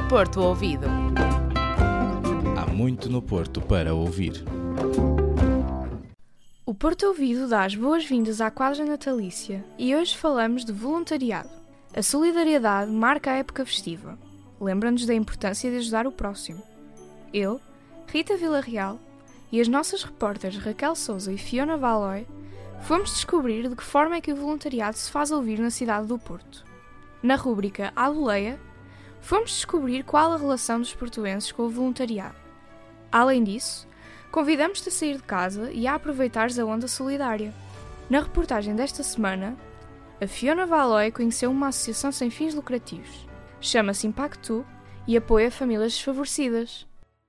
Porto Ouvido. Há muito no Porto para ouvir. O Porto Ouvido dá as boas-vindas à quadra natalícia e hoje falamos de voluntariado. A solidariedade marca a época festiva. Lembra-nos da importância de ajudar o próximo. Eu, Rita Villarreal, e as nossas repórteres Raquel Sousa e Fiona Valoy fomos descobrir de que forma é que o voluntariado se faz ouvir na cidade do Porto. Na rúbrica À Boleia, fomos descobrir qual a relação dos portuenses com o voluntariado. Além disso, convidamos-te a sair de casa e a aproveitares a onda solidária. Na reportagem desta semana, a Fiona Valoy conheceu uma associação sem fins lucrativos. Chama-se Impactu e apoia famílias desfavorecidas.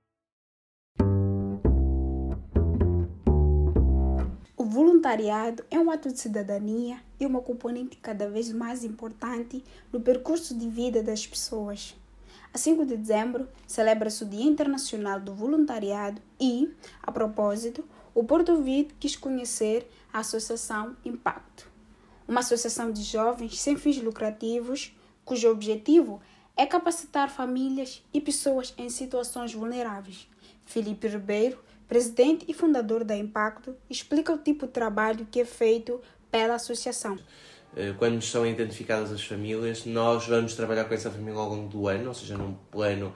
O voluntariado é um ato de cidadania e uma componente cada vez mais importante no percurso de vida das pessoas. A 5 de dezembro, celebra-se o Dia Internacional do Voluntariado e, a propósito, o Porto Ouvido quis conhecer a Associação Impactu, uma associação de jovens sem fins lucrativos, cujo objetivo é capacitar famílias e pessoas em situações vulneráveis. Filipe Ribeiro, presidente e fundador da Impactu, explica o tipo de trabalho que é feito pela associação. Quando são identificadas as famílias, nós vamos trabalhar com essa família ao longo do ano, ou seja, num plano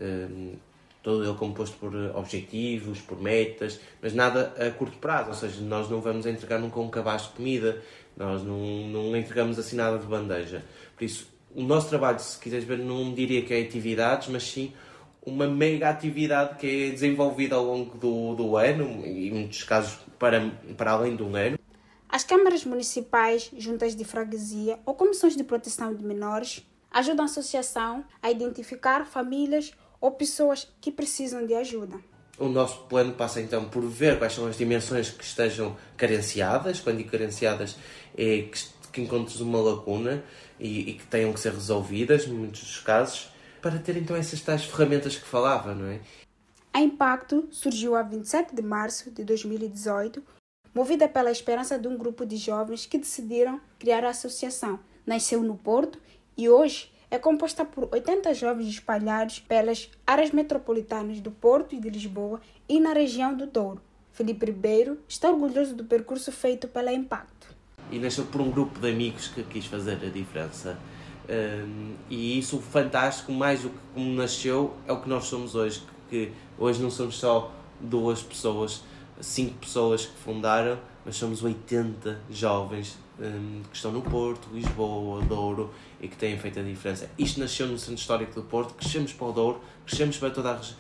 todo ele composto por objetivos, por metas, mas nada a curto prazo, ou seja, nós não vamos entregar nunca um cabaz de comida, nós não entregamos assim nada de bandeja. Por isso, o nosso trabalho, se quiseres ver, não diria que é atividades, mas sim uma mega atividade que é desenvolvida ao longo do ano, e em muitos casos para além de um ano. As câmaras municipais, juntas de freguesia ou comissões de proteção de menores ajudam a associação a identificar famílias ou pessoas que precisam de ajuda. O nosso plano passa então por ver quais são as dimensões que estejam carenciadas. Quando digo carenciadas, é que encontres uma lacuna e que tenham que ser resolvidas, em muitos dos casos, para ter então essas tais ferramentas que falava, não é? A Impactu surgiu a 27 de março de 2018, movida pela esperança de um grupo de jovens que decidiram criar a associação. Nasceu no Porto e hoje é composta por 80 jovens espalhados pelas áreas metropolitanas do Porto e de Lisboa e na região do Douro. Filipe Ribeiro está orgulhoso do percurso feito pela Impactu. E nasceu por um grupo de amigos que quis fazer a diferença. E isso fantástico, mais do que como nasceu, é o que nós somos hoje. Que hoje não somos só 2 pessoas, 5 pessoas que fundaram, mas somos 80 jovens que estão no Porto, Lisboa, Douro e que têm feito a diferença. Isto nasceu no Centro Histórico do Porto, crescemos para o Douro, crescemos para toda a região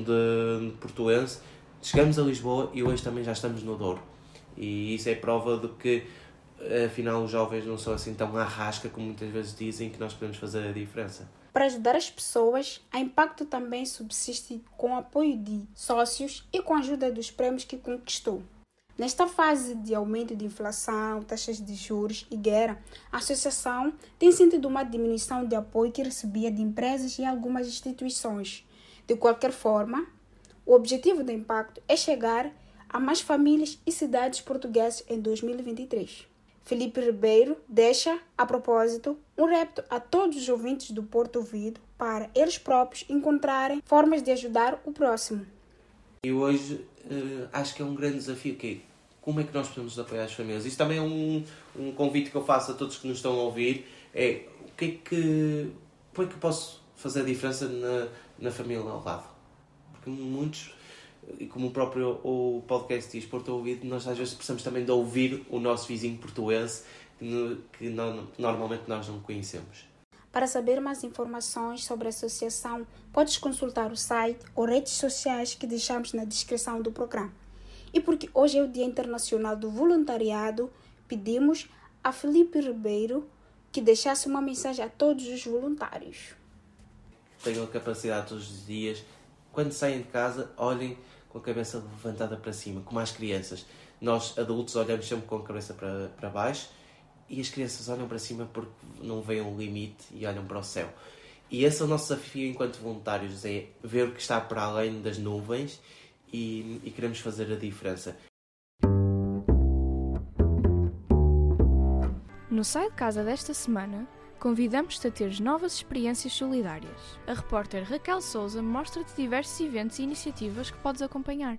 de portuense, chegamos a Lisboa e hoje também já estamos no Douro. E isso é prova de que afinal os jovens não são assim tão à rasca como muitas vezes dizem, que nós podemos fazer a diferença. Para ajudar as pessoas, a Impactu também subsiste com o apoio de sócios e com a ajuda dos prêmios que conquistou. Nesta fase de aumento de inflação, taxas de juros e guerra, a associação tem sentido uma diminuição de apoio que recebia de empresas e algumas instituições. De qualquer forma, o objetivo da Impactu é chegar a mais famílias e cidades portuguesas em 2023. Filipe Ribeiro deixa, a propósito, um repto a todos os ouvintes do Porto Ouvido para eles próprios encontrarem formas de ajudar o próximo. E hoje acho que é um grande desafio, que é como é que nós podemos apoiar as famílias. Isso também é um convite que eu faço a todos que nos estão a ouvir, é como é que eu posso fazer a diferença na família ao lado. Porque muitos, e como o próprio o podcast diz, Porto Ouvido, nós às vezes precisamos também de ouvir o nosso vizinho portuense, que normalmente nós não conhecemos. Para saber mais informações sobre a associação, podes consultar o site ou redes sociais que deixamos na descrição do programa. E porque hoje é o Dia Internacional do Voluntariado, pedimos a Filipe Ribeiro que deixasse uma mensagem a todos os voluntários. Tenham a capacidade todos os dias, quando saem de casa, olhem com a cabeça levantada para cima, como as crianças. Nós, adultos, olhamos sempre com a cabeça para baixo e as crianças olham para cima porque não veem um limite e olham para o céu. E esse é o nosso desafio enquanto voluntários, é ver o que está para além das nuvens e queremos fazer a diferença. No Sai de Casa desta semana, convidamos-te a teres novas experiências solidárias. A repórter Raquel Souza mostra-te diversos eventos e iniciativas que podes acompanhar.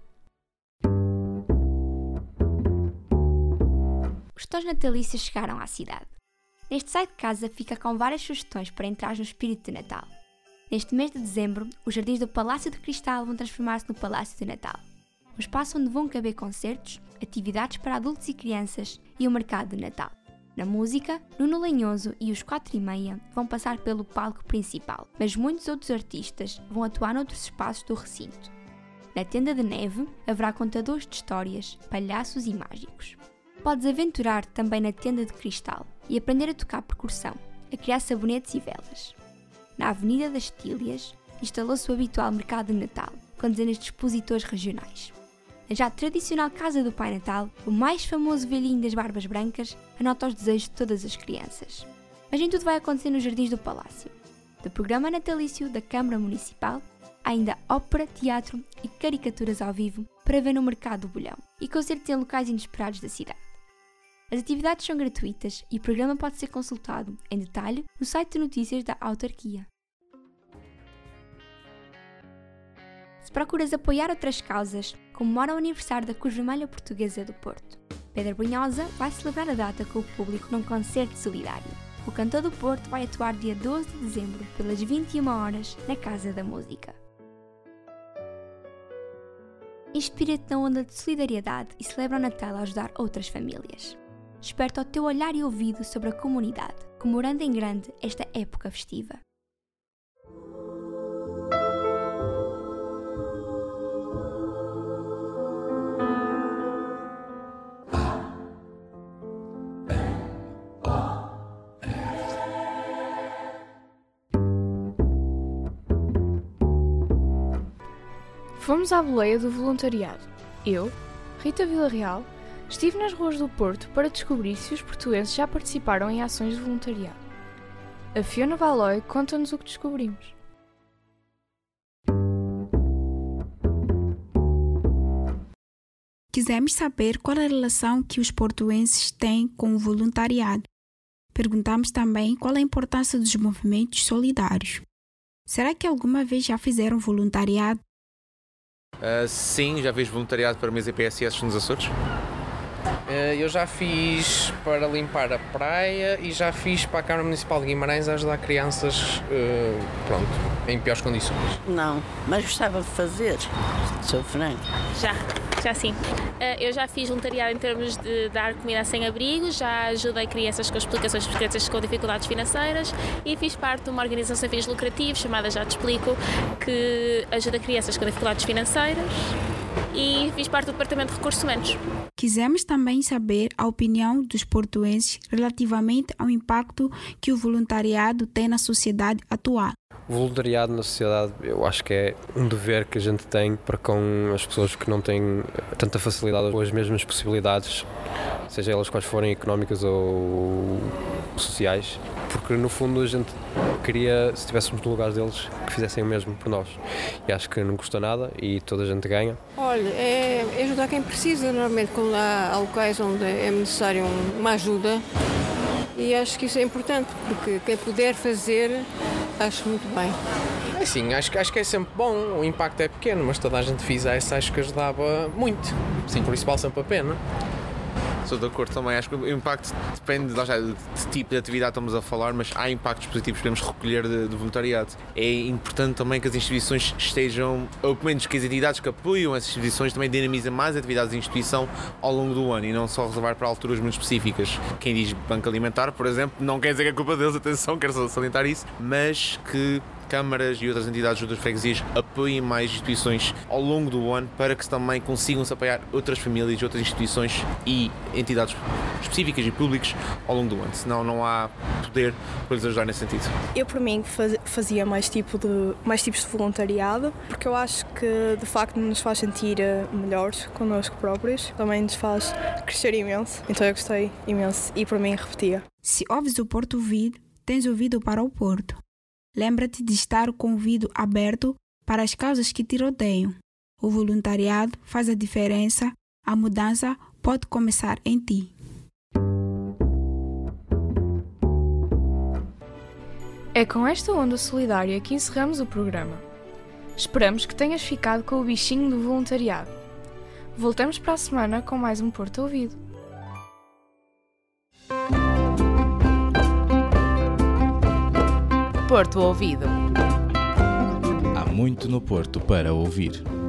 Os tons natalícios chegaram à cidade. Neste site de casa fica com várias sugestões para entrar no espírito de Natal. Neste mês de dezembro, os jardins do Palácio de Cristal vão transformar-se no Palácio de Natal. Um espaço onde vão caber concertos, atividades para adultos e crianças e o mercado de Natal. Na música, Nuno Lanhoso e os 4:30 vão passar pelo palco principal, mas muitos outros artistas vão atuar noutros espaços do recinto. Na tenda de neve, haverá contadores de histórias, palhaços e mágicos. Podes aventurar também na tenda de cristal e aprender a tocar percussão, a criar sabonetes e velas. Na Avenida das Tílias, instalou-se o habitual mercado de Natal, com dezenas de expositores regionais. Na já tradicional Casa do Pai Natal, o mais famoso velhinho das barbas brancas anota os desejos de todas as crianças. Mas nem tudo vai acontecer nos jardins do Palácio. Do programa natalício da Câmara Municipal, há ainda ópera, teatro e caricaturas ao vivo para ver no Mercado do Bolhão e concertos em locais inesperados da cidade. As atividades são gratuitas e o programa pode ser consultado em detalhe no site de notícias da autarquia. Se procuras apoiar outras causas, comemora o aniversário da Cruz Vermelha Portuguesa do Porto. Pedro Brunhosa vai celebrar a data com o público num concerto solidário. O cantor do Porto vai atuar dia 12 de dezembro, pelas 21 horas, na Casa da Música. Inspira-te na onda de solidariedade e celebra o Natal a ajudar outras famílias. Desperta o teu olhar e ouvido sobre a comunidade, comemorando em grande esta época festiva. Fomos à boleia do voluntariado. Eu, Rita Villarreal, estive nas ruas do Porto para descobrir se os portugueses já participaram em ações de voluntariado. A Fiona Valoy conta-nos o que descobrimos. Quisemos saber qual é a relação que os portuenses têm com o voluntariado. Perguntamos também qual é a importância dos movimentos solidários. Será que alguma vez já fizeram voluntariado? Sim, já fiz voluntariado para meus EPSS nos Açores. Eu já fiz para limpar a praia e já fiz para a Câmara Municipal de Guimarães a ajudar crianças em piores condições. Não, mas gostava de fazer, sou franco. Já sim. Eu já fiz voluntariado em termos de dar comida a sem-abrigo, já ajudei crianças com explicações para crianças com dificuldades financeiras e fiz parte de uma organização sem fins lucrativos chamada Já Te Explico, que ajuda crianças com dificuldades financeiras, e fiz parte do Departamento de Recursos Humanos. Quisemos também saber a opinião dos portuenses relativamente ao impacto que o voluntariado tem na sociedade atual. O voluntariado na sociedade, eu acho que é um dever que a gente tem para com as pessoas que não têm tanta facilidade ou as mesmas possibilidades, seja elas quais forem, económicas ou sociais, porque no fundo a gente queria, se estivéssemos no lugar deles, que fizessem o mesmo por nós. E acho que não custa nada e toda a gente ganha. Olha, é ajudar quem precisa, normalmente quando há locais onde é necessário uma ajuda, e acho que isso é importante, porque quem puder fazer, acho muito bem. Sim, acho que é sempre bom, o impacto é pequeno, mas toda a gente fizesse, acho que ajudava muito. Sim, por isso vale sempre a pena. Sou de acordo também, acho que o impacto depende de tipo de atividade estamos a falar, mas há impactos positivos que podemos recolher de voluntariado. É importante também que as instituições estejam, ou pelo menos que as entidades que apoiam essas instituições também dinamizem mais atividades de instituição ao longo do ano e não só reservar para alturas muito específicas. Quem diz banco alimentar, por exemplo, não quer dizer que é culpa deles, atenção, quero só salientar isso, mas que câmaras e outras entidades de outras freguesias apoiem mais instituições ao longo do ano para que também consigam-se apoiar outras famílias, outras instituições e entidades específicas e públicas ao longo do ano, senão não há poder para lhes ajudar nesse sentido. Eu, por mim, fazia mais tipos de voluntariado, porque eu acho que de facto nos faz sentir melhores connosco próprios, também nos faz crescer imenso, então eu gostei imenso e por mim repetia. Se ouves o Porto Ouvido, tens ouvido para o Porto. Lembra-te de estar com o ouvido aberto para as causas que te rodeiam. O voluntariado faz a diferença, a mudança pode começar em ti. É com esta onda solidária que encerramos o programa. Esperamos que tenhas ficado com o bichinho do voluntariado. Voltamos para a semana com mais um Porto Ouvido. Porto Ouvido. Há muito no Porto para ouvir.